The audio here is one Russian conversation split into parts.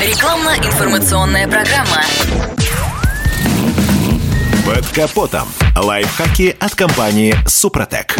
Рекламно-информационная программа. Под капотом. Лайфхаки от компании «Супротек».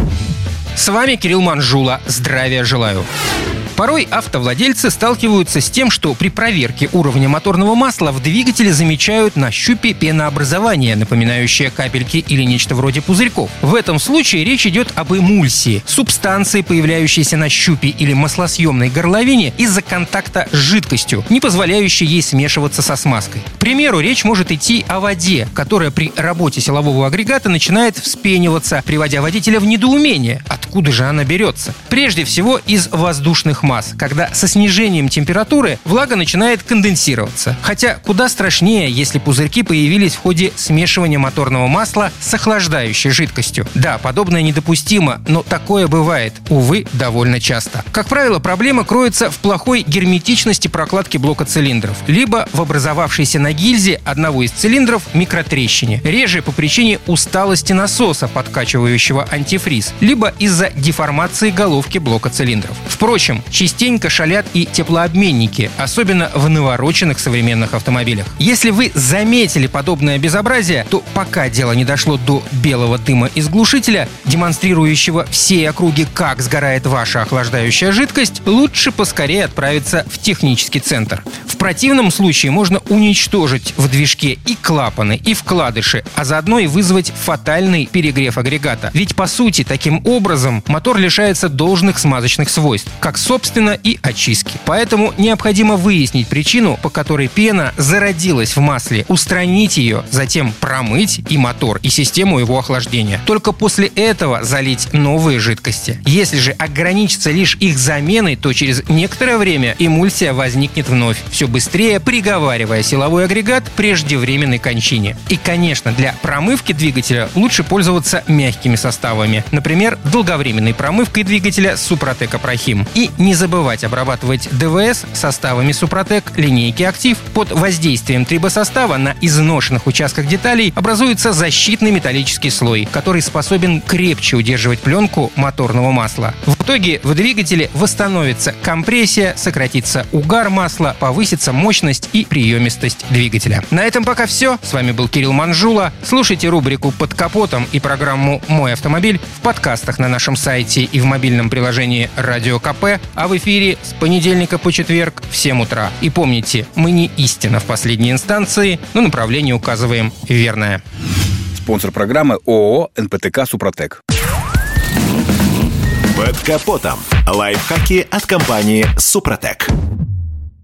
С вами Кирилл Манжула. Здравия желаю. Порой автовладельцы сталкиваются с тем, что при проверке уровня моторного масла в двигателе замечают на щупе пенообразование, напоминающее капельки или нечто вроде пузырьков. В этом случае речь идет об эмульсии, субстанции, появляющейся на щупе или маслосъемной горловине из-за контакта с жидкостью, не позволяющей ей смешиваться со смазкой. К примеру, речь может идти о воде, которая при работе силового агрегата начинает вспениваться, приводя водителя в недоумение. Откуда же она берется? Прежде всего, из воздушных масс, когда со снижением температуры влага начинает конденсироваться. Хотя куда страшнее, если пузырьки появились в ходе смешивания моторного масла с охлаждающей жидкостью. Да, подобное недопустимо, но такое бывает, увы, довольно часто. Как правило, проблема кроется в плохой герметичности прокладки блока цилиндров, либо в образовавшейся на гильзе одного из цилиндров микротрещине, реже по причине усталости насоса, подкачивающего антифриз, либо из-за деформации головки блока цилиндров. Впрочем, частенько шалят и теплообменники, особенно в навороченных современных автомобилях. Если вы заметили подобное безобразие, то пока дело не дошло до белого дыма из глушителя, демонстрирующего всей округе, как сгорает ваша охлаждающая жидкость, лучше поскорее отправиться в технический центр. В противном случае можно уничтожить в движке и клапаны, и вкладыши, а заодно и вызвать фатальный перегрев агрегата. Ведь по сути, таким образом мотор лишается должных смазочных свойств, как собственно и очистки. Поэтому необходимо выяснить причину, по которой пена зародилась в масле, устранить ее, затем промыть и мотор, и систему его охлаждения. Только после этого залить новые жидкости. Если же ограничиться лишь их заменой, то через некоторое время эмульсия возникнет вновь, все быстрее приговаривая силовой агрегат к преждевременной кончине. И, конечно, для промывки двигателя лучше пользоваться мягкими составами. Например, долговременной промывкой двигателя Супротек Апрахим. И не забывать обрабатывать ДВС составами Супротек линейки «Актив». Под воздействием трибосостава на изношенных участках деталей образуется защитный металлический слой, который способен крепче удерживать пленку моторного масла. В итоге в двигателе восстановится компрессия, сократится угар масла, повысится мощность и приемистость двигателя. На этом пока все. С вами был Кирилл Манжула. Слушайте рубрику «Под капотом» и программу «Мой автомобиль» в подкастах на нашем сайте и в мобильном приложении «Радио КП», а в эфире с понедельника по четверг в 7 утра. И помните, мы не истина в последней инстанции, но направление указываем верное. Спонсор программы ООО «НПТК Супротек». Под капотом. Лайфхаки от компании «Супротек».